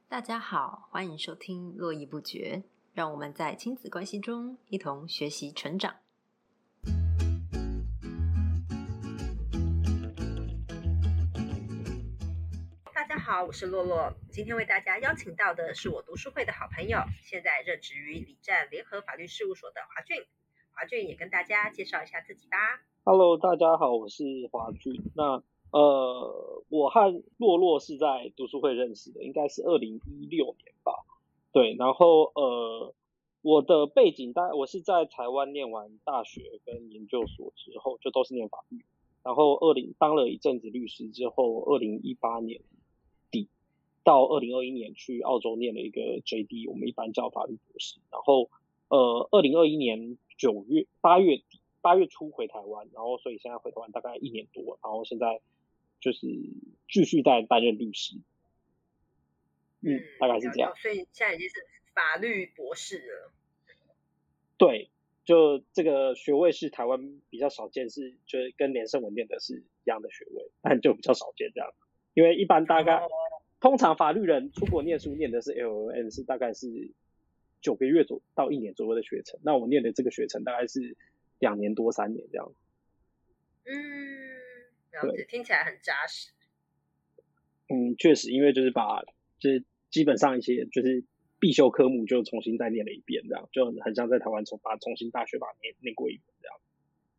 大家好，欢迎收听络绎不绝，让我们在亲子关系中一同学习成长。 大家好，我是洛洛。今天为大家邀请到的是我读书会的好朋友，现在任职于礼站联合法律事务所的华俊。华俊也跟大家介绍一下自己吧。 Hello，大家好，我是华俊。我和洛洛是在读书会认识的，应该是2016年吧。对，然后我的背景我是在台湾念完大学跟研究所之后，就都是念法律。然后当了一阵子律师之后，2018年底到2021年去澳洲念了一个 JD， 我们一般叫法律博士。然后2021年8月初回台湾，然后所以现在回台湾大概1年多，然后现在就是继续在担任律师。大概是这样。 所以现在已经是法律博士了。 对，就这个学位是台湾比较少见，就是跟连胜文念的是一样的学位，但就比较少见这样。因为一般通常法律人出国念书念的是 LLM， 是大概是9个月到1年左右的学程，那我念的这个学程大概是2年多3年这样。 了解，听起来很扎实。 确实，因为就是就是基本上一些就是必修科目就重新再念了一遍，这样就很像在台湾重新大学把它念过一遍这样。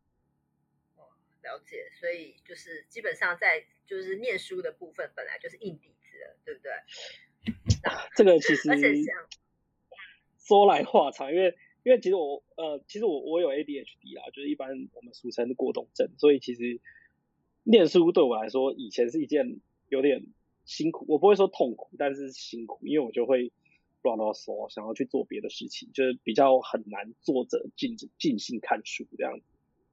了解，所以就是基本上在就是念书的部分本来就是硬底子了，对不对？ 这个其实而且说来话长，因为其实我有 ADHD 啦，就是一般我们俗称的过动症，所以其实念书对我来说以前是一件有点辛苦，我不会说痛苦，但是辛苦，因为我就会乱说，想要去做别的事情，就是比较很难坐着静心看书这样子。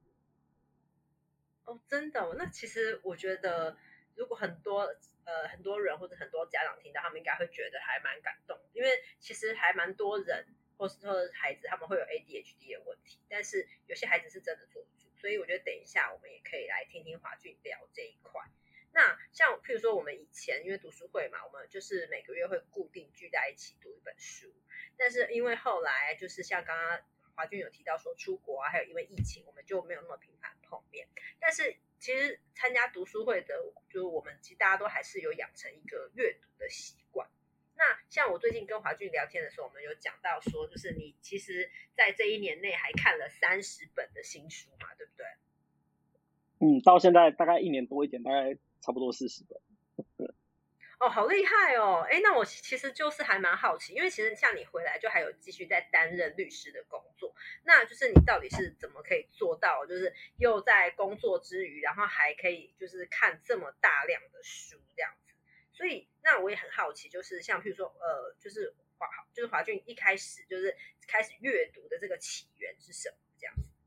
真的，那其实我觉得，如果很多人或者很多家长听到，他们应该会觉得还蛮感动，因为其实还蛮多人或是说孩子他们会有 ADHD 的问题，但是有些孩子是真的坐不住，所以我觉得等一下我们也可以来听听华俊聊这一块。那像譬如说我们以前因为读书会嘛，我们就是每个月会固定聚在一起读一本书，但是因为后来就是像刚刚华俊有提到说出国啊，还有因为疫情，我们就没有那么频繁碰面。但是其实参加读书会的，就是我们其实大家都还是有养成一个阅读的习惯。那像我最近跟华俊聊天的时候，我们有讲到说，就是你其实在这1年内还看了30本的新书嘛，对不对？ 到现在大概1年多一点，大概差不多40本。 好厉害哦！那我其实就是还蛮好奇，因为其实像你回来就还有继续在担任律师的工作，那就是你到底是怎么可以做到，就是又在工作之余，然后还可以就是看这么大量的书这样子？所以那我也很好奇，就是像譬如说就是华俊一开始就是开始阅读的这个起源是什么这样子？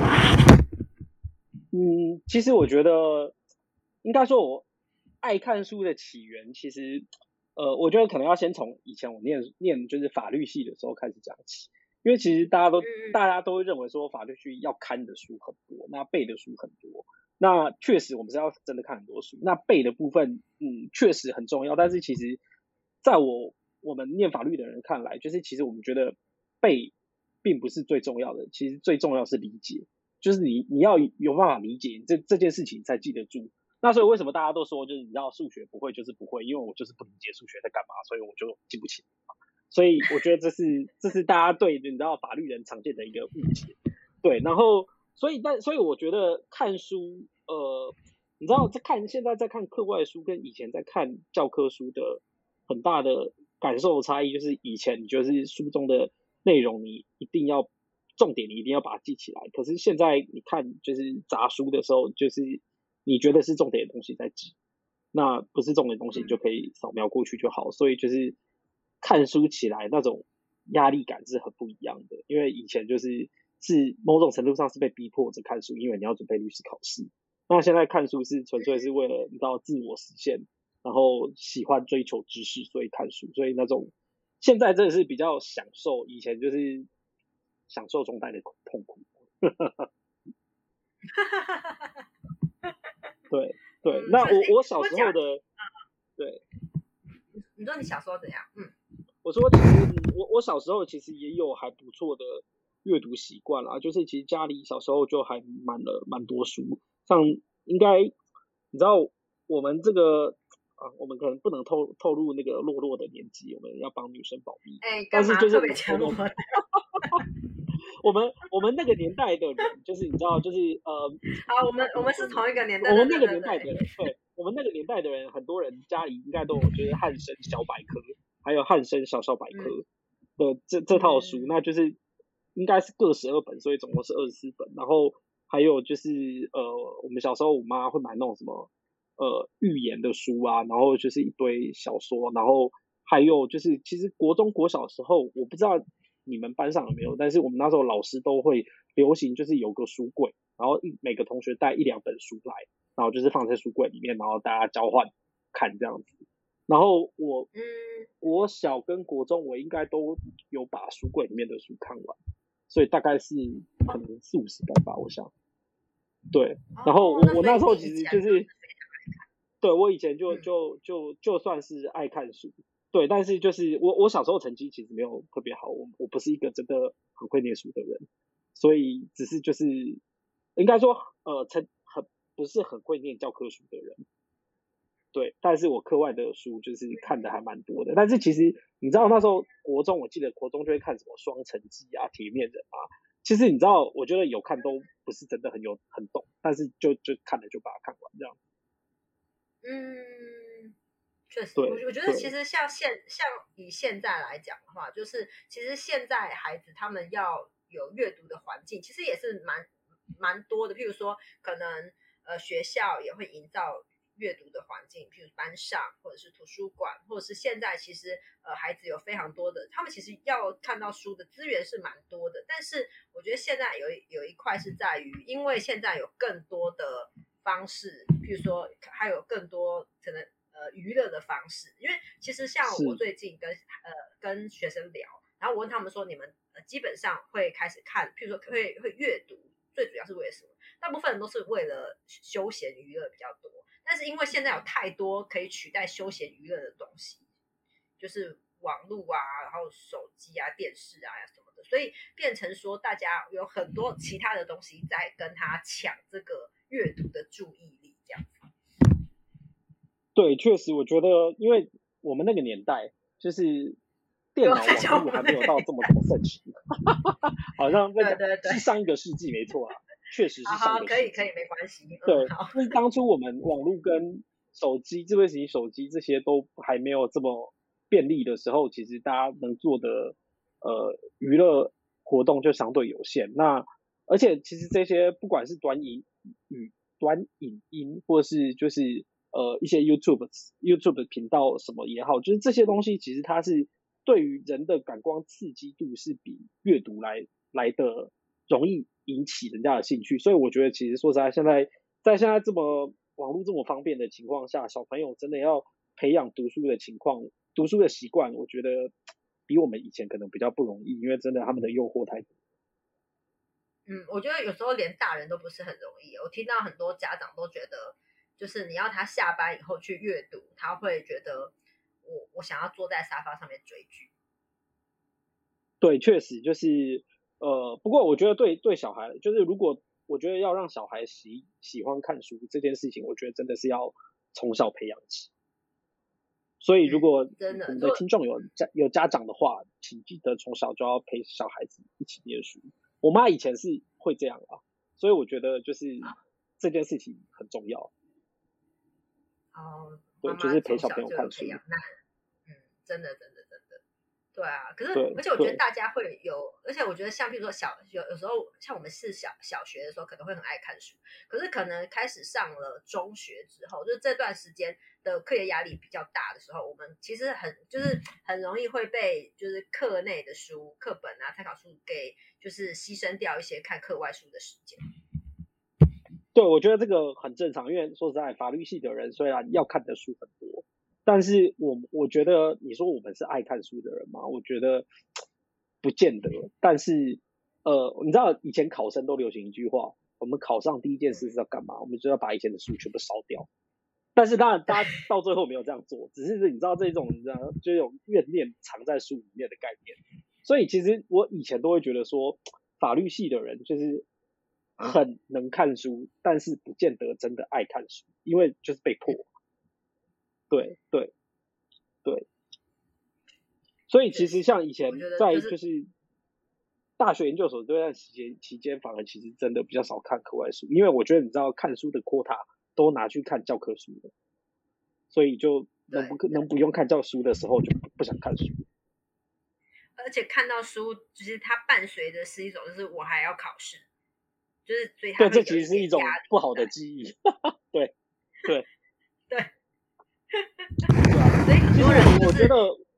其实我觉得应该说我爱看书的起源，其实我觉得可能要先从以前我念就是法律系的时候开始讲起，因为其实大家都会认为说法律系要看的书很多，那背的书很多，那确实我们是要真的看很多书，那背的部分确实很重要，但是其实在我们念法律的人看来，就是其实我们觉得背并不是最重要的，其实最重要是理解，就是你要有办法理解这件事情才记得住。那所以为什么大家都说就是你知道数学不会就是不会，因为我就是不理解数学在干嘛，所以我就记不起来。所以我觉得这是大家对你知道法律人常见的一个误解。对，然后所以我觉得看书你知道现在在看课外书跟以前在看教科书的很大的感受差异，就是以前你就是书中的内容你一定要重点你一定要把它记起来，可是现在你看就是杂书的时候，就是你觉得是重点的东西在记，那不是重点的东西你就可以扫描过去就好，所以就是看书起来那种压力感是很不一样的，因为以前是某种程度上是被逼迫着看书，因为你要准备律师考试，那现在看书是纯粹是为了你知道自我实现，然后喜欢追求知识所以看书，所以那种现在真的是比较享受，以前就是享受中带的痛苦。对，那我小时候的对， 你说你小时候怎样？ 我说其实我小时候其实也有还不错的阅读习惯啦，就是其实家里小时候就还满了蛮多书，像应该你知道我们这个我们可能不能透露那个洛洛的年纪，我们要帮女生保密。 干嘛特别讲我们我们那个年代的人，就是你知道，就是我们是同一个年代， 我们那个年代的人，对，我们那个年代的人，很多人家里应该都有就是汉生小百科，还有汉生小百科的这套书，那就是应该是各12本，所以总共是24本。然后还有就是我们小时候我妈会买那种什么寓言的书啊，然后就是一堆小说，然后还有就是其实国中国小的时候，我不知道你们班上有没有，但是我们那时候老师都会流行就是有个书柜，然后每个同学带1-2本书来，然后就是放在书柜里面，然后大家交换看这样子。然后国小跟国中我应该都有把书柜里面的书看完，所以大概是可能40-50本吧，我想。对，然后我那时候其实就是对我以前就算是爱看书，对，但是就是我小时候成绩其实没有特别好，我不是一个真的很会念书的人，所以只是就是应该说不是很会念教科书的人，对，但是我课外的书就是看的还蛮多的。但是其实你知道那时候国中，我记得国中就会看什么双城记啊、铁面人啊，其实你知道，我觉得有看都不是真的很懂，但是就看了就把它看完这样。 确实，我觉得其实像以现在来讲的话，就是其实现在孩子他们要有阅读的环境，其实也是蛮多的。譬如说，可能学校也会营造阅读的环境，譬如班上或者是图书馆，或者是现在其实孩子有非常多的，他们其实要看到书的资源是蛮多的。但是我觉得现在有一块是在于，因为现在有更多的方式，譬如说还有更多可能娱乐的方式。因为其实像我最近跟学生聊，然后我问他们说，你们基本上会开始看，譬如说会阅读，最主要是为了什么？大部分人都是为了休闲娱乐比较多，但是因为现在有太多可以取代休闲娱乐的东西，就是网络啊，然后手机啊、电视啊什么的，所以变成说大家有很多其他的东西在跟他抢这个阅读的注意力，这样子。 对，确实，我觉得因为我们那个年代就是电脑网络还没有到这么盛行，好像在讲是上一个世纪没错啊，确实是上一个世纪。 可以，没关系。 对，就是当初我们网络跟手机、智慧型手机这些都还没有这么便利的时候，其实大家能做的娱乐活动就相对有限。那而且其实这些不管是短影音，或是就是一些 YouTube 的频道什么也好，就是这些东西其实它是对于人的感光刺激度是比阅读来的容易引起人家的兴趣。所以我觉得其实说实在，现在这么网络这么方便的情况下，小朋友真的要培养读书的习惯，我觉得比我们以前可能比较不容易，因为真的他们的诱惑太多。 我觉得有时候连大人都不是很容易。我听到很多家长都觉得，就是你要他下班以后去阅读，他会觉得我想要坐在沙发上面追剧。 对，确实就是不过我觉得对小孩，就是如果我觉得要让小孩喜欢看书这件事情，我觉得真的是要从小培养起。所以如果我们的听众有家长的话，请记得从小就要陪小孩子一起念书。我妈以前是会这样啊，所以我觉得就是这件事情很重要。对，就是陪小朋友看书。 真的。对啊，可是而且我觉得大家会有，而且我觉得像比如说有时候像我们是小学的时候可能会很爱看书，可是可能开始上了中学之后，就是这段时间的课业压力比较大的时候，我们其实很容易会被就是课内的书、课本啊、参考书给就是牺牲掉一些看课外书的时间。 对，我觉得这个很正常，因为说实在，法律系的人虽然要看的书很多，但是我觉得你说我们是爱看书的人吗？我觉得不见得。但是你知道以前考生都流行一句话，我们考上第一件事是要干嘛？我们就要把以前的书全部烧掉。 但是当然大家到最后没有这样做，只是你知道这种你知道就有怨念藏在书里面的概念。所以其实我以前都会觉得说，法律系的人就是很能看书，但是不见得真的爱看书，因为就是被迫。对对对，所以其实像以前在就是大学研究所这段期间，反而其实真的比较少看课外书，因为我觉得你知道看书的 quota 都拿去看教科书了，所以就能不用看教书的时候就不想看书。 而且看到书，就是它伴随的是一种，就是我还要考试，就是所以它对，这其实是一种不好的记忆。对对对， 所以很多人我觉得，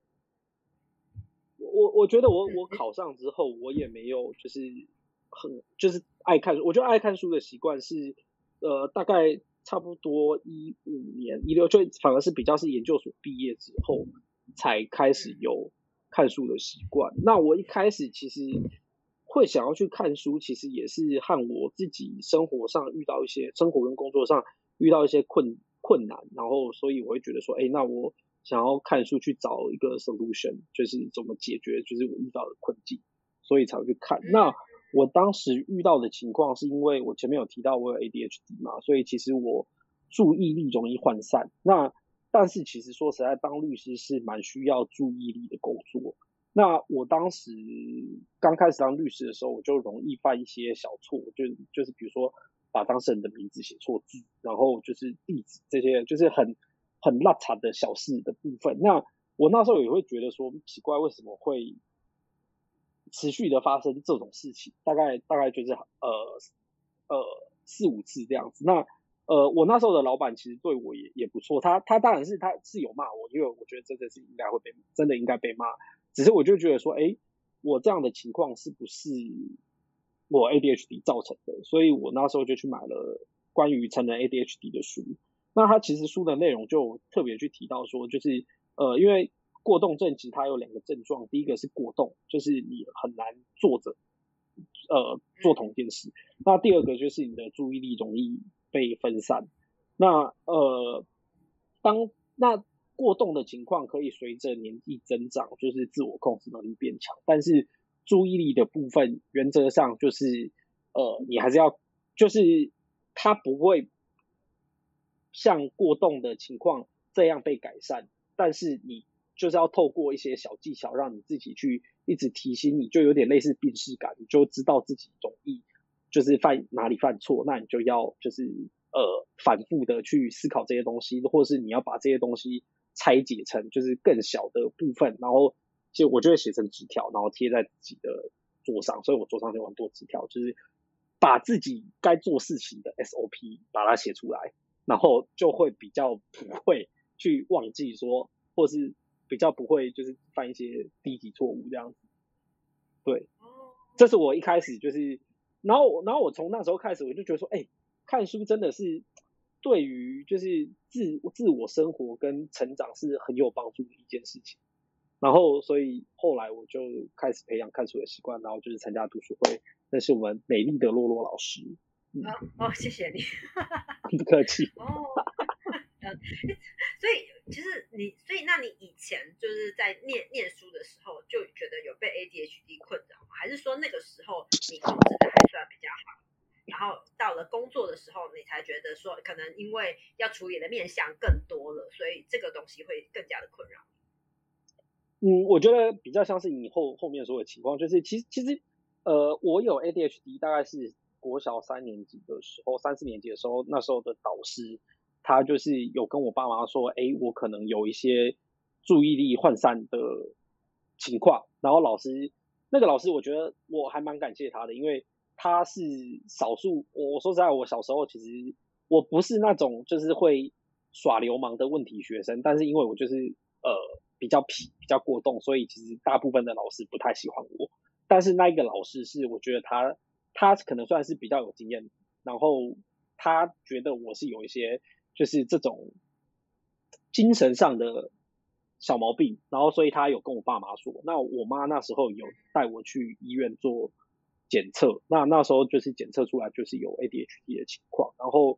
我觉得我考上之后，我也没有就是爱看书。我觉得爱看书的习惯是大概差不多15年16，就反而是比较是研究所毕业之后才开始有看书的习惯。那我一开始其实会想要去看书，其实也是和我自己生活上遇到一些生活跟工作上遇到一些困难，然后所以我会觉得说，那我想要看书去找一个 solution， 就是怎么解决就是我遇到的困境，所以才会去看。那我当时遇到的情况是因为我前面有提到我有 ADHD 嘛，所以其实我注意力容易涣散。那但是其实说实在，当律师是蛮需要注意力的工作。那我当时刚开始当律师的时候，我就容易犯一些小错，就是比如说把当事人的名字写错字，然后就是地址这些，就是很落差的小事的部分。那我那时候也会觉得说奇怪，为什么会持续的发生这种事情？大概就是4-5次这样子。那我那时候的老板其实对我也不错，他当然是他是有骂我，因为我觉得真的是真的应该被骂。只是我就觉得说，我这样的情况是不是我 ADHD 造成的？所以我那时候就去买了关于成人 ADHD 的书。那他其实书的内容就特别去提到说，就是因为过动症其实它有2个症状，第一个是过动，就是你很难坐着做同一件事。那第二个就是你的注意力容易被分散。那那过动的情况可以随着年纪增长，就是自我控制能力变强，但是注意力的部分原则上就是你还是要，就是它不会像过动的情况这样被改善，但是你就是要透过一些小技巧让你自己去一直提醒你，就有点类似病识感，你就知道自己容易就是哪里犯错，那你就要就是反复的去思考这些东西，或是你要把这些东西拆解成就是更小的部分，然后其实我就会写成纸条，然后贴在自己的桌上，所以我桌上就很多纸条，就是把自己该做事情的 SOP 把它写出来，然后就会比较不会去忘记说，或是比较不会就是犯一些低级错误这样子。对，这是我一开始就是，然后我从那时候开始我就觉得说，看书真的是对于就是自我生活跟成长是很有帮助的一件事情。然后所以后来我就开始培养看书的习惯，然后就是参加读书会，那是我们美丽的洛洛老师。 谢谢你。 不客气。 所以其实那你以前就是在念书的时候就觉得有被 ADHD 困扰吗？还是说那个时候你控制的还算比较好，然后到了工作的时候你才觉得说可能因为要处理的面向更多了，所以这个东西会更加的困扰？ 我觉得比较像是你后面说的情况，就是其实我有 ADHD 大概是国小3年级的时候，3、4年级的时候，那时候的导师他就是有跟我爸妈说，我可能有一些注意力涣散的情况，然后那个老师我觉得我还蛮感谢他的，因为他是少数，我说实在，我小时候其实我不是那种就是会耍流氓的问题学生，但是因为我就是比较皮比较过动，所以其实大部分的老师不太喜欢我。但是那一个老师是我觉得他可能算是比较有经验，然后他觉得我是有一些就是这种精神上的小毛病，然后所以他有跟我爸妈说，那我妈那时候有带我去医院做检测，那时候就是检测出来就是有 ADHD 的情况，然后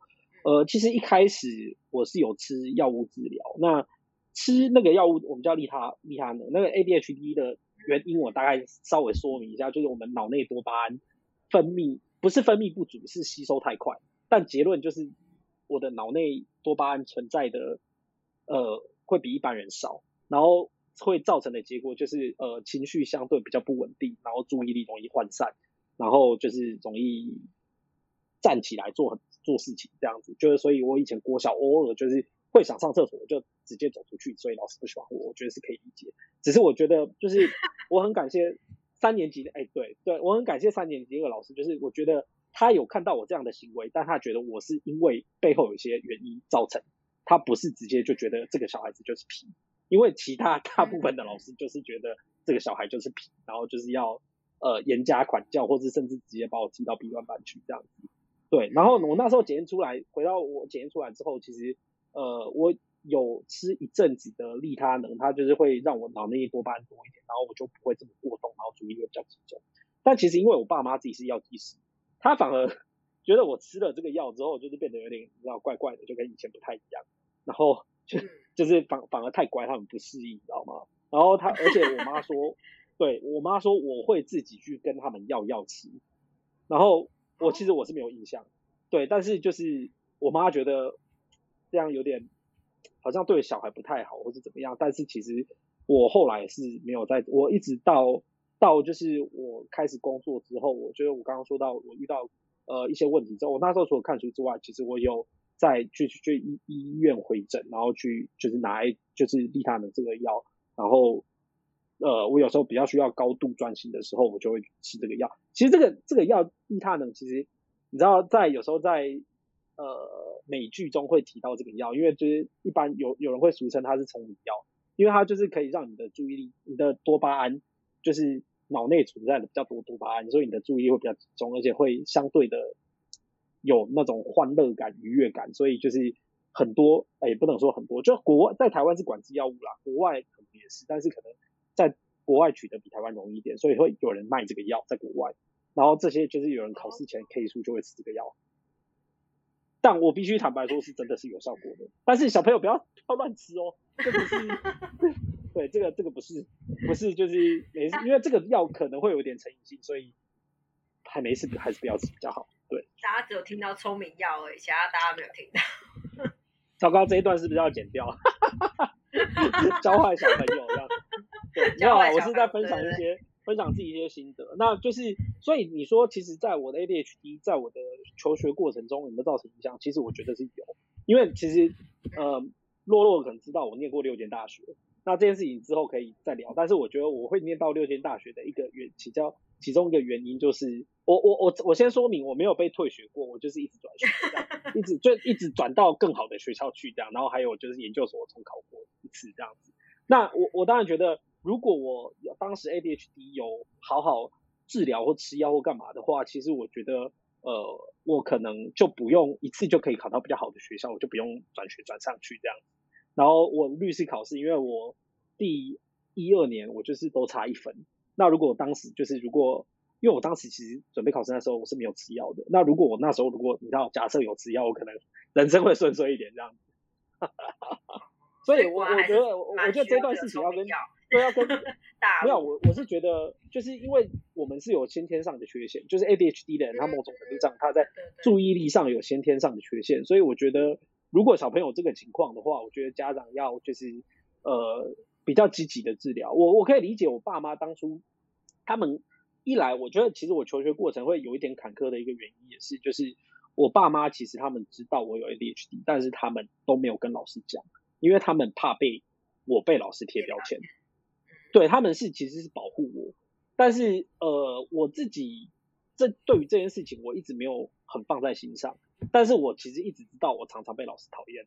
其实一开始我是有吃药物治疗，那吃那个药物我们叫利他能，那个 ADHD 的原因我大概稍微说明一下，就是我们脑内多巴胺不是分泌不足，是吸收太快，但结论就是我的脑内多巴胺存在的会比一般人少，然后会造成的结果就是情绪相对比较不稳定，然后注意力容易涣散，然后就是容易站起来做事情这样子，就是所以我以前国小偶尔就是会想上厕所，我就直接走出去，所以老师不喜欢我觉得是可以理解。只是我觉得就是我很感谢3年级的，对，我很感谢3年级那个老师，就是我觉得他有看到我这样的行为，但他觉得我是因为背后有一些原因造成，他不是直接就觉得这个小孩子就是皮，因为其他大部分的老师就是觉得这个小孩就是皮，然后就是要严加管教，或是甚至直接把我踢到 B1 班去这样子。对，然后我那时候检验出来，回到我检验出来之后，其实我有吃一阵子的利他能，它就是会让我脑内多巴胺多一点，然后我就不会这么过动，然后注意力比较集中。但其实因为我爸妈自己是药剂师，他反而觉得我吃了这个药之后，就是变得有点你知道怪怪的，就跟以前不太一样，然后就是反而太乖，他们不适应，你知道吗？然后而且我妈说，对我妈说我会自己去跟他们要药吃，然后其实我是没有印象，对，但是就是我妈觉得这样有点好像对小孩不太好，或是怎么样，但是其实我后来是没有我一直到就是我开始工作之后，我觉得我刚刚说到我遇到一些问题之后，我那时候除了看书之外，其实我有再去医院回诊，然后去就是拿就是利他能这个药，然后我有时候比较需要高度专心的时候，我就会吃这个药。其实这个药利他能，其实你知道有时候在美剧中会提到这个药，因为就是一般有人会俗称它是聪明药，因为它就是可以让你的注意力、你的多巴胺，就是脑内存在的比较多多巴胺，所以你的注意力会比较集中，而且会相对的有那种欢乐感、愉悦感，所以就是很多也不能说很多，就在台湾是管制药物啦，国外可能也是，但是可能在国外取得比台湾容易一点，所以会有人卖这个药在国外，然后这些就是有人考试前 K 书就会吃这个药。但我必须坦白说，是真的是有效果的。但是小朋友不要乱吃哦，这不是，对，这个不是就是没事，因为这个药可能会有点成瘾性，所以没事还是不要吃比较好。对， 大家只有听到聪明药而已，其他大家没有听到。 糟糕，这一段是不是要剪掉？教坏小朋友这样。对，没有啊，我是在分享自己一些心得。那就是所以你说，其实在我的 ADHD 在我的求学过程中有没有造成影响？其实我觉得是有，因为其实洛可能知道我念过6间大学，那这件事情之后可以再聊。但是我觉得我会念到6间大学的一个其中一个原因就是我先说明我没有被退学过，我就是一直转学，一直转到更好的学校去这样，然后还有就是研究所我重考过一次这样子。那我当然觉得，如果我当时 ADHD 有好好治疗或吃药或干嘛的话，其实我觉得我可能就不用一次就可以考到比较好的学校，我就不用转学转上去这样子。然后我律师考试，因为我第1、2年我就是都差1分。那如果我当时因为我当时其实准备考试那时候我是没有吃药的，那如果我那时候你知道假设有吃药，我可能人生会顺遂一点这样子。所以我觉得这段事情要跟没有我是觉得就是因为我们是有先天上的缺陷，就是 ADHD 的人他某种程度上他在注意力上有先天上的缺陷，所以我觉得如果小朋友这个情况的话，我觉得家长要就是比较积极的治疗。我可以理解我爸妈当初他们一来，我觉得其实我求学过程会有一点坎坷的一个原因也是，就是我爸妈其实他们知道我有 ADHD， 但是他们都没有跟老师讲，因为他们怕我被老师贴标签。对，他们其实是保护我，但是我自己对于这件事情我一直没有很放在心上，但是我其实一直知道我常常被老师讨厌。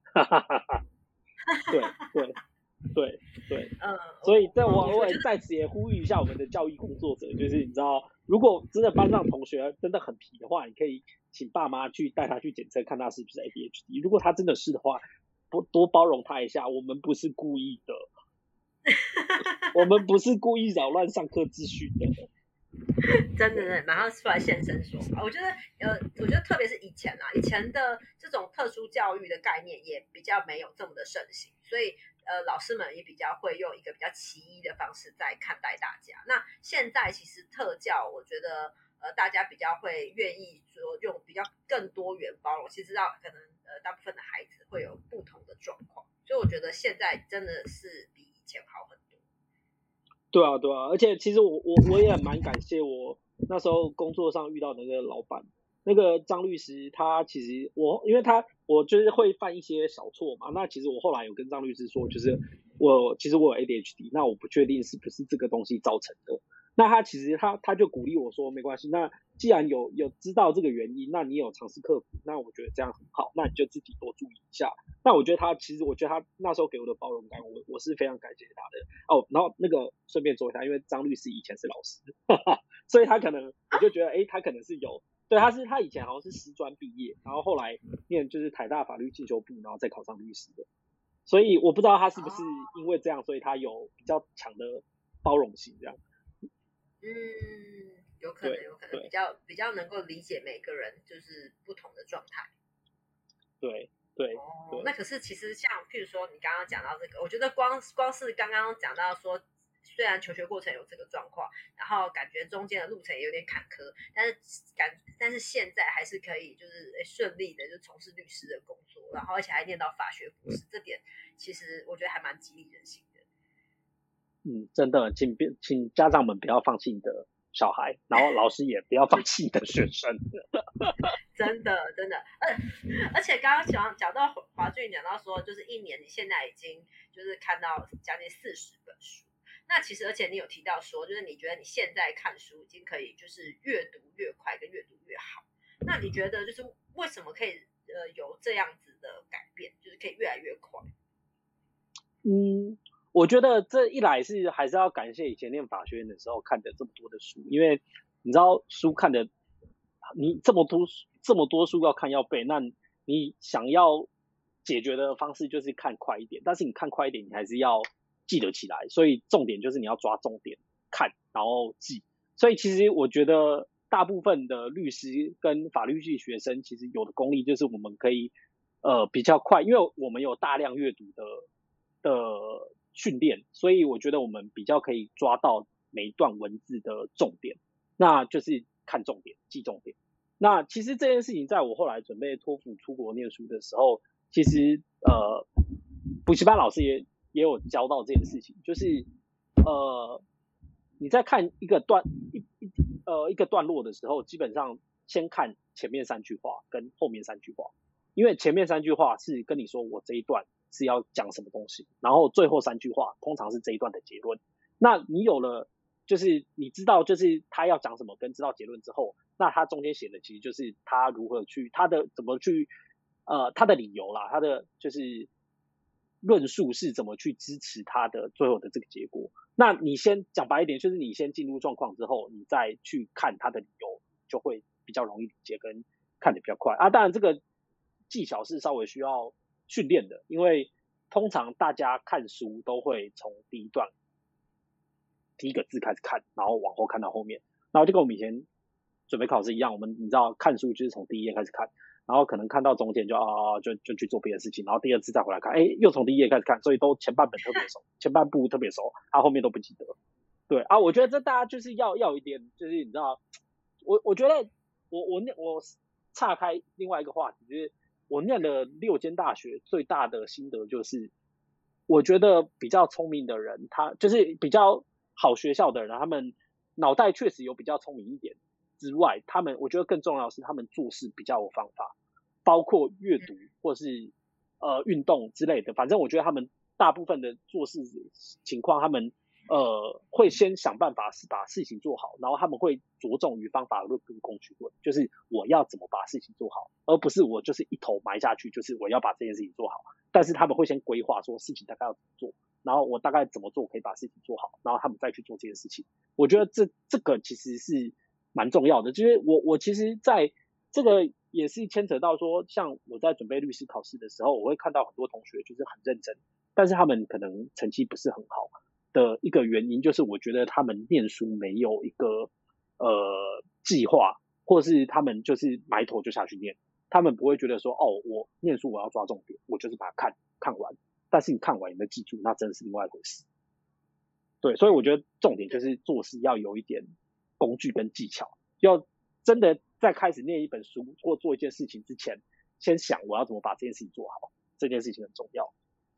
对，所以我也在此也呼吁一下我们的教育工作者，就是你知道，如果真的班上同学真的很皮的话，你可以请爸妈去带他去检测，看他是不是 ADHD。如果他真的是的话，多包容他一下，我们不是故意的，我们不是故意扰乱上课秩序的。 真的马上出来现身说法。我觉得特别是以前以前的这种特殊教育的概念也比较没有这么的盛行，所以老师们也比较会用一个比较奇异的方式在看待大家。那现在其实特教，我觉得大家比较会愿意说用比较更多元包容，其实可能大部分的孩子会有不同的状况，所以我觉得现在真的是比以前好很多。 对啊，而且其实我也蛮感谢我那时候工作上遇到的那个老板，那个张律师，他其实因为我就是会犯一些小错嘛，那其实我后来有跟张律师说，就是其实我有 ADHD， 那我不确定是不是这个东西造成的。那他其实他就鼓励我说没关系，那既然有知道这个原因，那你有尝试克服，那我觉得这样很好，那你就自己多注意一下。那我觉得他那时候给我的包容感，我是非常感谢他的哦。然后那个顺便说一下，因为张律师以前是老师，所以他可能我就觉得他可能是有，对，他以前好像是师专毕业，然后后来念就是台大法律进修部，然后再考上律师的。所以我不知道他是不是因为这样，所以他有比较强的包容性这样。 有可能比较能够理解每个人就是不同的状态。 对。 那可是其实像譬如说你刚刚讲到这个，我觉得光是刚刚讲到说，虽然求学过程有这个状况，然后感觉中间的路程也有点坎坷，但是现在还是可以就是顺利的就从事律师的工作，然后而且还念到法学博士，这点其实我觉得还蛮激励人心的。 真的，请家长们不要放弃你的小孩，然后老师也不要放弃你的学生。 真的，而且刚刚讲到华俊讲到说，就是一年你现在已经就是看到将近40本书。那其实而且你有提到说，就是你觉得你现在看书已经可以就是越读越快，跟越读越好。那你觉得就是为什么可以有这样子的改变，就是可以越来越快？ 我觉得这一来还是要感谢以前念法学院的时候看的这么多的书，因为你知道书看的，你这么多书要看要背，那你想要解决的方式就是看快一点，但是你看快一点，你还是要记得起来，所以重点就是你要抓重点看，然后记。所以其实我觉得大部分的律师跟法律系学生其实有的功力就是我们可以比较快，因为我们有大量阅读的训练，所以我觉得我们比较可以抓到每一段文字的重点，那就是看重点记重点。那其实这件事情在我后来准备托福出国念书的时候，其实补习班老师也有教到这件事情，就是你在看一个段落的时候，基本上先看前面3句话跟后面3句话，因为前面3句话是跟你说我这一段是要讲什么东西，然后最后3句话通常是这一段的结论。那你有了就是你知道就是他要讲什么跟知道结论之后，那他中间写的其实就是他如何去他的怎么去他的理由啦，他的就是论述是怎么去支持他的最后的这个结果。那你先讲白一点，就是你先进入状况之后，你再去看他的理由，就会比较容易理解跟看得比较快啊。当然这个技巧是稍微需要训练的，因为通常大家看书都会从第一个字开始看，然后往后看到后面，然后就跟我们以前准备考试一样，你知道看书就是从第1页开始看，然后可能看到中间就去做别的事情，然后第2次再回来看，又从第1页开始看，所以都前半部特别熟，后面都不记得。对啊，我觉得这大家就是要有一点，就是你知道，我觉得我岔开另外一个话题，就是我念了6间大学，最大的心得就是，我觉得比较聪明的人，他就是比较好学校的人，他们脑袋确实有比较聪明一点之外，我觉得更重要的是他们做事比较有方法，包括阅读或是运动之类的。反正我觉得他们大部分的做事情况，他们会先想办法把事情做好，然后他们会着重于方法论跟工具论，就是我要怎么把事情做好，而不是我就是一头埋下去，就是我要把这件事情做好。但是他们会先规划说事情大概要怎么做，然后我大概怎么做可以把事情做好，然后他们再去做这件事情。我觉得这个其实是蛮重要的，就是我其实在这个也是牵扯到说，像我在准备律师考试的时候，我会看到很多同学就是很认真，但是他们可能成绩不是很好的一个原因，就是我觉得他们念书没有一个计划，或是他们就是埋头就下去念，他们不会觉得说我念书我要抓重点，我就是把它看完，但是你看完有没有记住，那真的是另外一回事。对，所以我觉得重点就是做事要有一点工具跟技巧，要真的在开始念一本书或做一件事情之前，先想我要怎么把这件事情做好，这件事情很重要。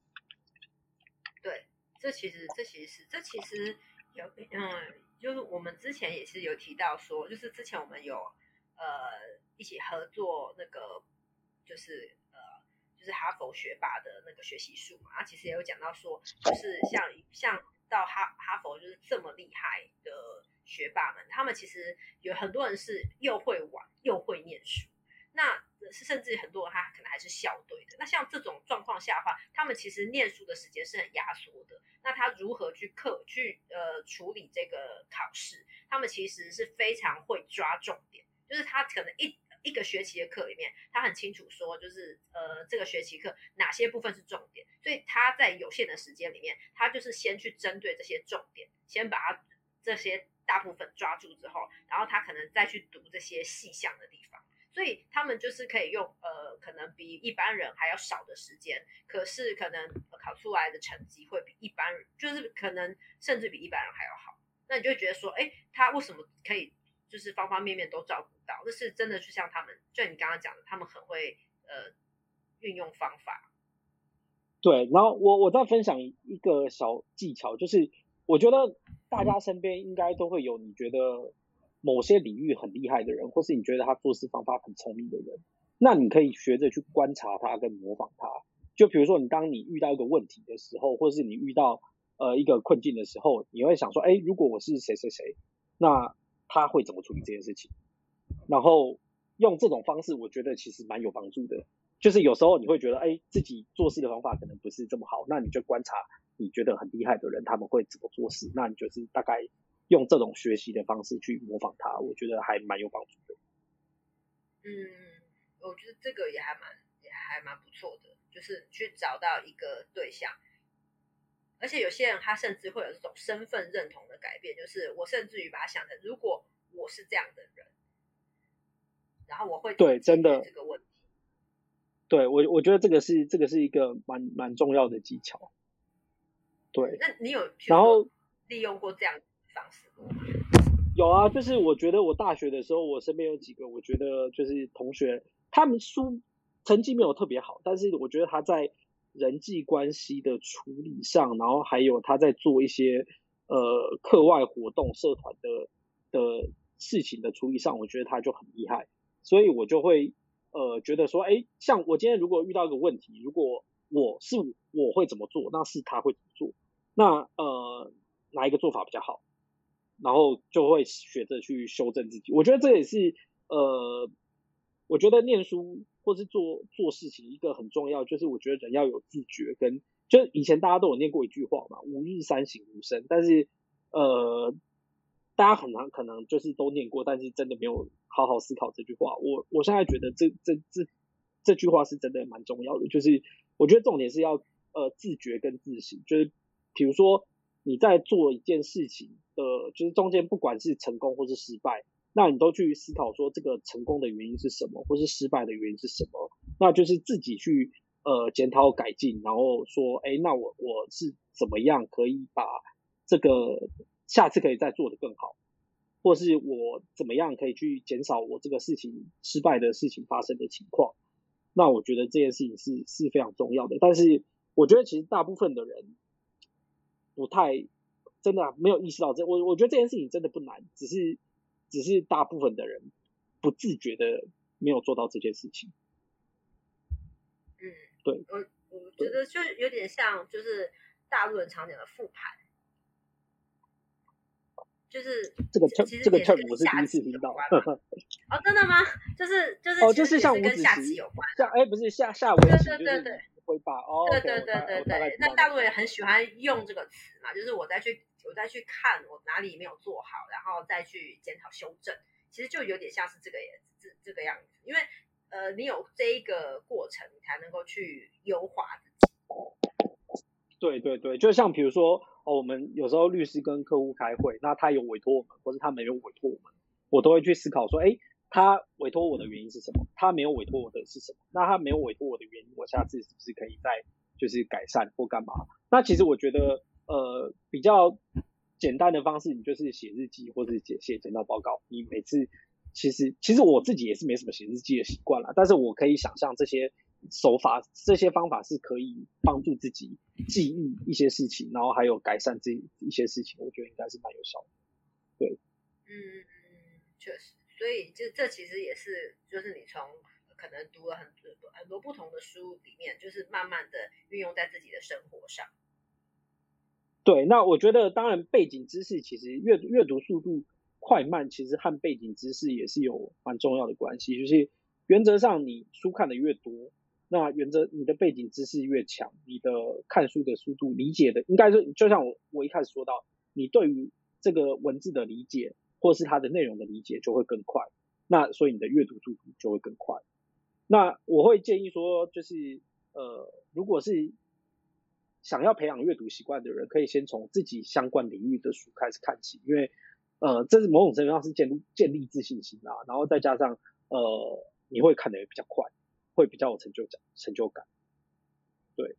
对，这其实有就是我们之前也是有提到说，就是之前我们有一起合作那个就是哈佛学霸的那个学习术嘛，其实也有讲到说，就是像到哈佛就是这么厉害的学霸们，他们其实有很多人是又会玩又会念书，那甚至很多人他可能还是校队的。那像这种状况下的话，他们其实念书的时间是很压缩的。那他如何去处理这个考试？他们其实是非常会抓重点，就是他可能一个学期的课里面，他很清楚说，就是这个学期课哪些部分是重点，所以他在有限的时间里面，他就是先去针对这些重点，先把它这些大部分抓住之后，然后他可能再去读这些细项的地方。所以他们就是可以用可能比一般人还要少的时间，可是可能考出来的成绩会比一般人，就是可能甚至比一般人还要好。那你就会觉得说，他为什么可以就是方方面面都照顾到？这是真的，就像他们，就你刚刚讲的，他们很会运用方法。 对，然后我再分享一个小技巧，就是我觉得大家身边应该都会有你觉得某些领域很厉害的人，或是你觉得他做事方法很聪明的人，那你可以学着去观察他跟模仿他。就比如说当你遇到一个问题的时候，或是你遇到一个困境的时候，你会想说，如果我是谁谁谁，那他会怎么处理这件事情？然后用这种方式，我觉得其实蛮有帮助的。就是有时候你会觉得，自己做事的方法可能不是这么好，那你就观察你觉得很厉害的人他们会怎么做事，那你就是大概用这种学习的方式去模仿他，我觉得还蛮有帮助的。 我觉得这个也还蛮不错的，就是去找到一个对象，而且有些人他甚至会有这种身份认同的改变，就是我甚至于把他想成，如果我是这样的人，然后我会对真的这个问题。 对，我觉得这个是一个蛮重要的技巧。对， 那你有然后利用过这样的方式吗？ 有啊，就是我觉得我大学的时候，我身边有几个我觉得就是同学，他们成绩没有特别好，但是我觉得他在人际关系的处理上，然后还有他在做一些课外活动、社团的事情的处理上，我觉得他就很厉害，所以我就会觉得说，像我今天如果遇到一个问题，如果我会怎么做，那是他会怎么做，那哪一个做法比较好？然后就会学着去修正自己。我觉得这也是我觉得念书或是做事情一个很重要，就是我觉得人要有自觉跟，就以前大家都有念过一句话嘛，吾日三省吾身，但是大家可能就是都念过，但是真的没有好好思考这句话。我现在觉得这句话是真的蛮重要的，就是我觉得重点是要自觉跟自省，就是比如说你在做一件事情就是中间不管是成功或是失败，那你都去思考说这个成功的原因是什么，或是失败的原因是什么，那就是自己去检讨改进，然后说那我是怎么样可以把这个下次可以再做得更好，或是我怎么样可以去减少我这个事情失败的事情发生的情况。那我觉得这件事情是非常重要的，但是我觉得其实大部分的人不太真的没有意识到我觉得这件事情真的不难，只是大部分的人不自觉的没有做到这件事情。对， 我觉得就有点像就是大陆人常讲的复盘，就是这个 term 我是第一次听到。 哦，真的吗？就是像跟下棋有关， 不是下围棋，对，会把对。那大陆人很喜欢用这个词嘛，就是我再去看我哪里没有做好，然后再去检讨修正，其实就有点像是这个样子，因为你有这一个过程，你才能够去优化自己。 对，就像比如说我们有时候律师跟客户开会，那他有委托我们，或是他没有委托我们， 我都会去思考说，他委托我的原因是什么？他没有委托我的是什么？那他没有委托我的原因，我下次是不是可以再就是改善或干嘛？那其实我觉得比较简单的方式，你就是写日记或者写检讨报告。你每次其实我自己也是没什么写日记的习惯啦，但是我可以想象这些手法、这些方法是可以帮助自己记忆一些事情，然后还有改善这一些事情，我觉得应该是蛮有效的。对， 确实，所以这其实也是就是你从可能读了很多不同的书里面，就是慢慢的运用在自己的生活上。 对，那我觉得当然背景知识其实阅读速度快慢其实和背景知识也是有蛮重要的关系，就是原则上你书看的越多，那你的背景知识越强，你的看书的速度理解的应该说就像我一开始说到，你对于这个文字的理解或是它的内容的理解就会更快，那所以你的阅读速度就会更快。那我会建议说就是如果是想要培养阅读习惯的人，可以先从自己相关领域的书开始看起，因为这是某种程度上是建立自信心啦，然后再加上你会看得也比较快，会比较有成就感。对。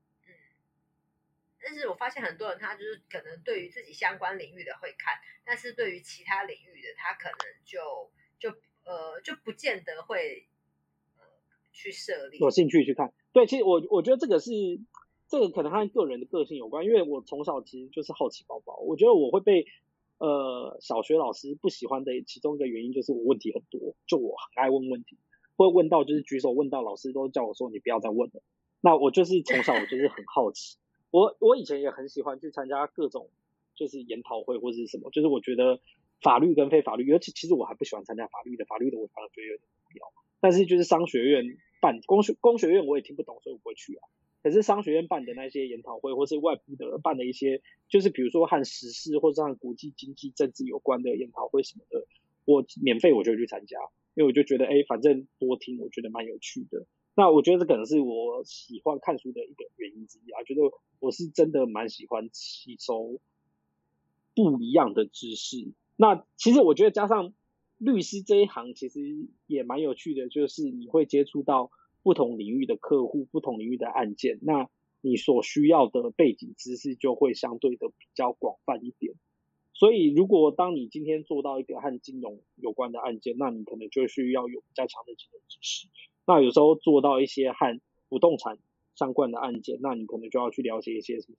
但是我发现很多人他就是可能对于自己相关领域的会看，但是对于其他领域的他可能就不见得会去设立有兴趣去看。对，其实我觉得这个可能和个人的个性有关，因为我从小其实就是好奇宝宝，我觉得我会被小学老师不喜欢的其中一个原因就是我问题很多，就我很爱问问题，会问到就是举手问到老师都叫我说你不要再问了。那我就是从小我就是很好奇，我以前也很喜欢去参加各种就是研讨会或是什么，就是我觉得法律跟非法律，尤其其实我还不喜欢参加法律的我反而觉得有点无聊。但是就是商学院办工学院我也听不懂，所以我不会去啊。可是商学院办的那些研讨会，或是外部的办的一些，就是比如说和时事或者和国际经济政治有关的研讨会什么的，我免费我就会去参加，因为我就觉得反正多听我觉得蛮有趣的。那我觉得这可能是我喜欢看书的一个原因之一啊，觉得我是真的蛮喜欢吸收不一样的知识。那其实我觉得加上律师这一行其实也蛮有趣的，就是你会接触到不同领域的客户、不同领域的案件，那你所需要的背景知识就会相对的比较广泛一点。所以如果当你今天做到一个和金融有关的案件，那你可能就需要有比较强的金融知识。那有时候做到一些和不动产相关的案件，那你可能就要去了解一些什么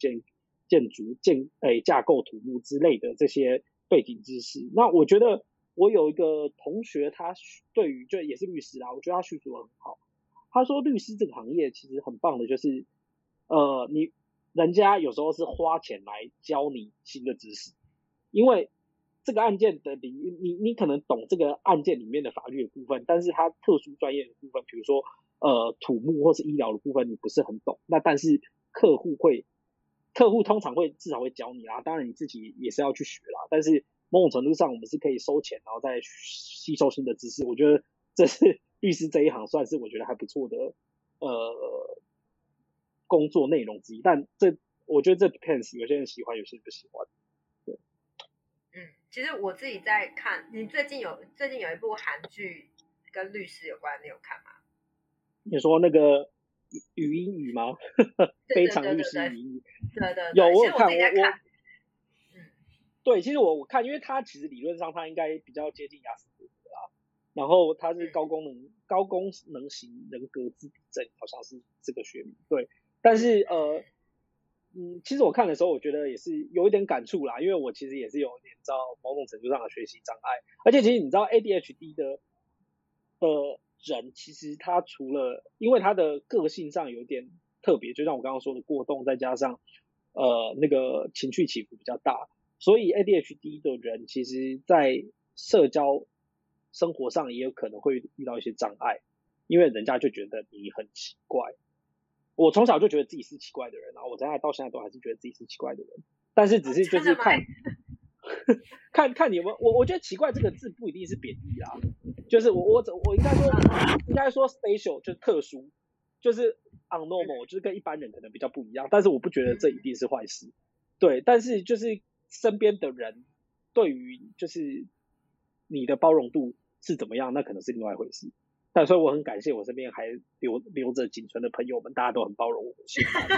架构土木之类的这些背景知识。那我觉得我有一个同学，他对于就也是律师啦，我觉得他叙述得很好。他说律师这个行业其实很棒的，就是人家有时候是花钱来教你新的知识，因为这个案件的领域，你可能懂这个案件里面的法律的部分，但是它特殊专业的部分，比如说土木或是医疗的部分，你不是很懂。那但是客户通常会至少会教你啦，当然你自己也是要去学啦。但是某种程度上，我们是可以收钱，然后再吸收新的知识。我觉得这是律师这一行算是我觉得还不错的工作内容之一。但我觉得这 depends， 有些人喜欢，有些人不喜欢。对， 其实我自己在看，你最近有一部韩剧跟律师有关，你有看吗？ 你说那个语音语吗？非常律师语音语。 对， 有我有看， 对， 其实我看，因为它其实理论上它应该比较接近亚斯伯格啦，然后它是高功能型人格自闭症，好像是这个学名。对，但是其实我看的时候，我觉得也是有一点感触啦，因为我其实也是有点到某种程度上的学习障碍，而且其实你知道 ADHD 的人，其实他除了因为他的个性上有点特别，就像我刚刚说的过动，再加上那个情绪起伏比较大，所以 ADHD 的人其实在社交生活上也有可能会遇到一些障碍，因为人家就觉得你很奇怪。我从小就觉得自己是奇怪的人，然后我到现在都还是觉得自己是奇怪的人，但是只是就是看你们，我觉得奇怪这个字不一定是贬义啦，就是我应该说 special 就是特殊，就是 unnormal 就是跟一般人可能比较不一样，但是我不觉得这一定是坏事。对，但是就是身边的人对于就是你的包容度是怎么样，那可能是另外一回事。但所以我很感谢我身边还留着仅存的朋友们，大家都很包容我的性格。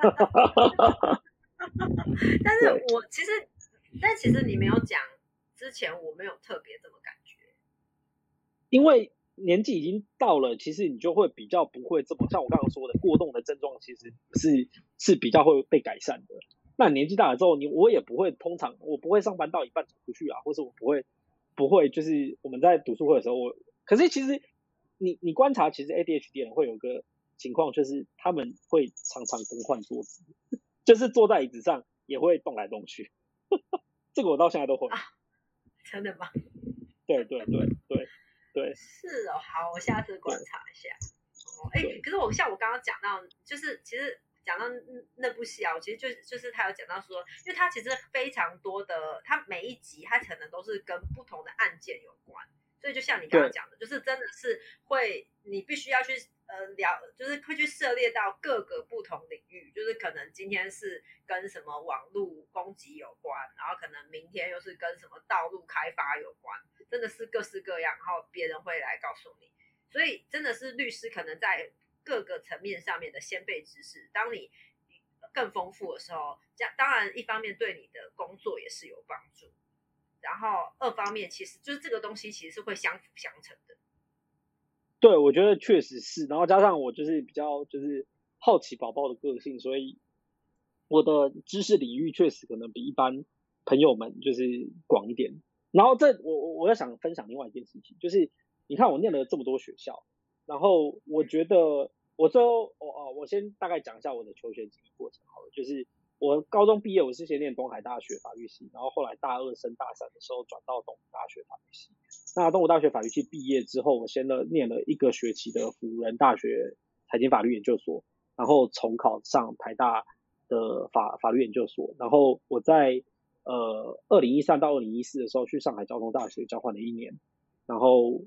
但是但其实你没有讲之前，我没有特别这么感觉， 因为年纪已经到了，其实你就会比较不会这么像我刚刚说的过动的症状，其实是比较会被改善的。那年纪大了之后，我也不会，通常我不会上班到一半走出去啊，或是我不会就是我们在读书会的时候，可是其实你观察，其实 ADHD 人会有个情况，就是他们会常常更换坐姿，就是坐在椅子上也会动来动去。这个我到现在都会。 真的吗？ 对。 是哦，好，我下次观察一下。可是像我刚刚讲到，就是其实讲到那部戏啊，其实就是他有讲到说，因为他其实非常多的，他每一集他可能都是跟不同的案件有关，所以就像你刚刚讲的，就是真的是你必须要去就是会去涉猎到各个不同领域，就是可能今天是跟什么网络攻击有关，然后可能明天又是跟什么道路开发有关，真的是各式各样，然后别人会来告诉你，所以真的是律师可能在各个层面上面的先辈知识，当你更丰富的时候，这样当然一方面对你的工作也是有帮助，然后二方面其实就是这个东西其实是会相辅相成的。 对，我觉得确实是，然后加上我就是比较就是好奇宝宝的个性，所以我的知识领域确实可能比一般朋友们就是广一点。然后我要想分享另外一件事情，就是你看我念了这么多学校，然后我觉得我先大概讲一下我的求学经历过程好了，就是我高中毕业我是先念东海大学法律系，然后后来大二升大三的时候转到东吴大学法律系。那东吴大学法律系毕业之后，我先念了一个学期的辅仁大学财经法律研究所，然后重考上台大的法律研究所，然后我在2013到2014的时候去上海交通大学交换了1年，然后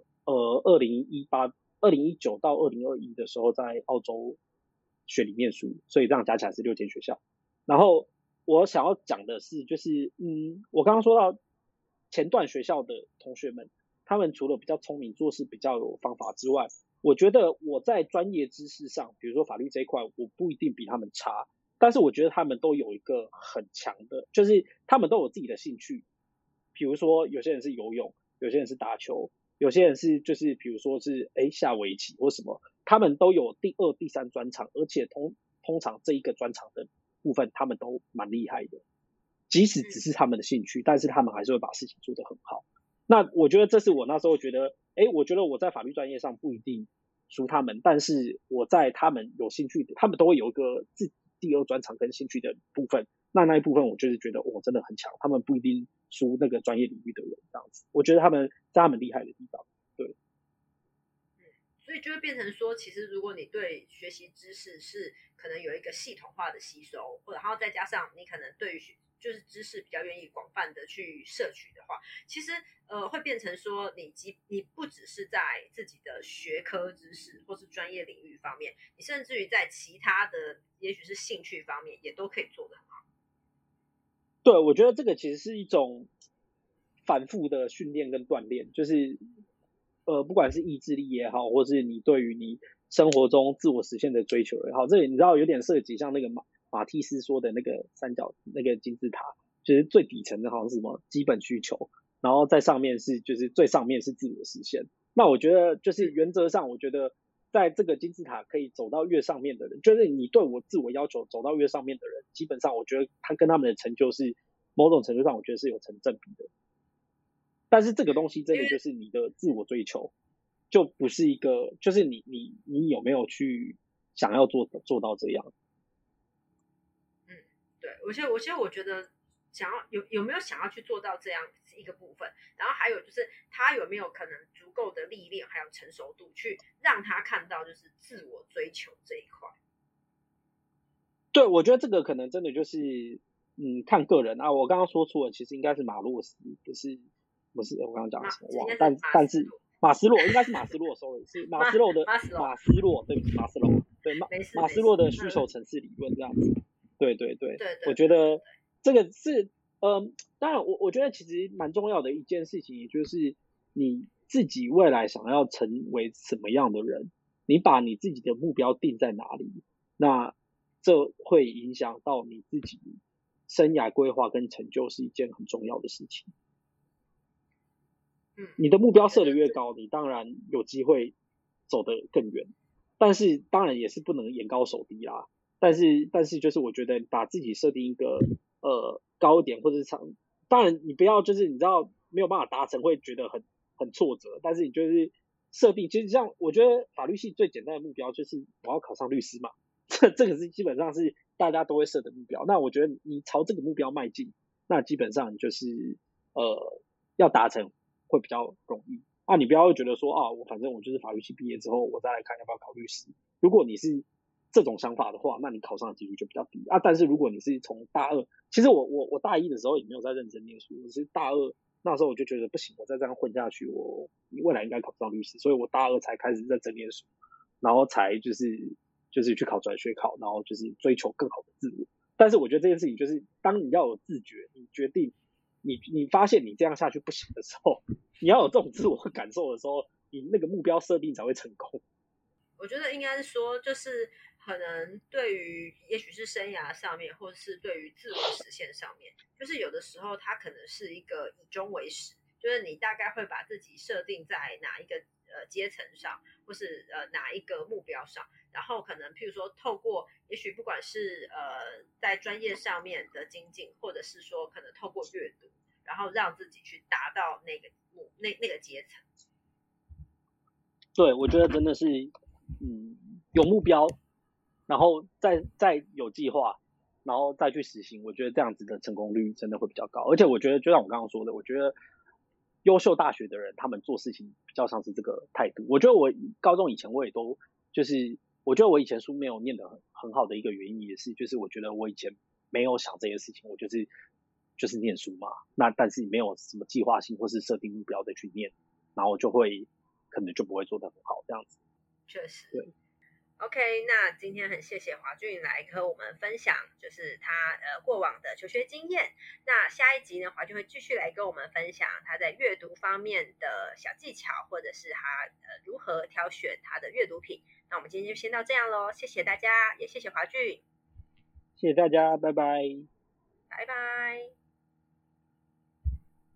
2019到2021的时候在澳洲雪梨念书，所以这样加起来是6间学校。然后我想要讲的是，就是我刚刚说到前段学校的同学们，他们除了比较聪明，做事比较有方法之外，我觉得我在专业知识上，比如说法律这一块，我不一定比他们差，但是我觉得他们都有一个很强的，就是他们都有自己的兴趣，比如说有些人是游泳，有些人是打球，有些人是就是比如说是下围棋或什么，他们都有第2、第3专长，而且通常这一个专长的部分他们都蛮厉害的，即使只是他们的兴趣，但是他们还是会把事情做得很好。那我觉得这是我那时候觉得，我觉得我在法律专业上不一定输他们，但是我在他们有兴趣的，他们都会有一个自己第2专长跟兴趣的部分，那一部分我就是觉得真的很强，他们不一定输那个专业领域的人这样子，我觉得他们在他们厉害的地方，对。 所以就会变成说，其实如果你对学习知识是可能有一个系统化的吸收，然后再加上你可能对于就是知识比较愿意广泛的去摄取的话，其实会变成说你不只是在自己的学科知识或是专业领域方面，你甚至于在其他的也许是兴趣方面也都可以做得很好。 对，我觉得这个其实是一种反复的训练跟锻炼，就是不管是意志力也好，或是你对于你生活中自我实现的追求也好，这里你知道有点涉及像那个马蒂斯说的那个三角那个金字塔，就是最底层的好像是什么基本需求，然后在上面是就是最上面是自我实现。那我觉得就是原则上，我觉得在这个金字塔可以走到越上面的人，就是你对我自我要求走到越上面的人，基本上我觉得他跟他们的成就是某种程度上我觉得是有成正比的。但是这个东西真的就是你的自我追求，就不是一个就是你有没有去想要做到这样。 对，我觉得想要有没有想要去做到这样一个部分，然后还有就是他有没有可能足够的历练还有成熟度去让他看到就是自我追求这一块。 对，我觉得这个可能真的就是看个人啊。我刚刚说错了，其实应该是马洛斯，不是我刚刚讲的什么忘了，但是马斯洛应该是马斯洛，sorry 是马斯洛的马斯洛，对不起马斯洛，对马斯洛的需求层次理论这样子。对，我觉得这个是当然我觉得其实蛮重要的一件事情，也就是你自己未来想要成为什么样的人，你把你自己的目标定在哪里，那这会影响到你自己生涯规划跟成就是一件很重要的事情。你的目标设得越高，你当然有机会走得更远，但是当然也是不能眼高手低啦。但是就是我觉得把自己设定一个高一点，或者是当然你不要就是你知道没有办法达成会觉得很挫折，但是你就是设定，其实像我觉得法律系最简单的目标就是我要考上律师嘛，这个是基本上是大家都会设的目标。那我觉得你朝这个目标迈进，那基本上就是要达成会比较容易啊。你不要觉得说啊，反正我就是法律系毕业之后，我再来看要不要考律师。如果你是这种想法的话，那你考上的几率就比较低啊。但是如果你是从大二，其实我大一的时候也没有在认真念书，我是大二那时候我就觉得不行，我再这样混下去，我未来应该考不上律师，所以我大二才开始认真念书，然后才就是去考转学考，然后就是追求更好的自我。但是我觉得这件事情就是，当你要有自觉，你决定你发现你这样下去不行的时候，你要有这种自我感受的时候，你那个目标设定才会成功。 我觉得应该是说，就是可能对于也许是生涯上面，或是对于自我实现上面，就是有的时候它可能是一个以终为始，就是你大概会把自己设定在哪一个阶层上，或是哪一个目标上，然后可能譬如说透过也许不管是在专业上面的精进，或者是说可能透过阅读，然后让自己去达到那个阶层。 对，我觉得真的是有目标，然后再有计划，然后再去实行，我觉得这样子的成功率真的会比较高。而且我觉得就像我刚刚说的，我觉得优秀大学的人他们做事情比较像是这个态度。我觉得我高中以前我也都就是我觉得我以前书没有念得很好的一个原因也是，就是我觉得我以前没有想这些事情，我就是念书嘛，那但是没有什么计划性或是设定目标的去念，然后就会可能就不会做得很好这样子。 确实， 对。 OK，那今天很谢谢华俊来和我们分享，就是他过往的求学经验。那下一集呢，华俊会继续来跟我们分享他在阅读方面的小技巧，或者是他如何挑选他的阅读品。那我们今天就先到这样咯，谢谢大家，也谢谢华俊， 谢谢大家，拜拜。 拜拜。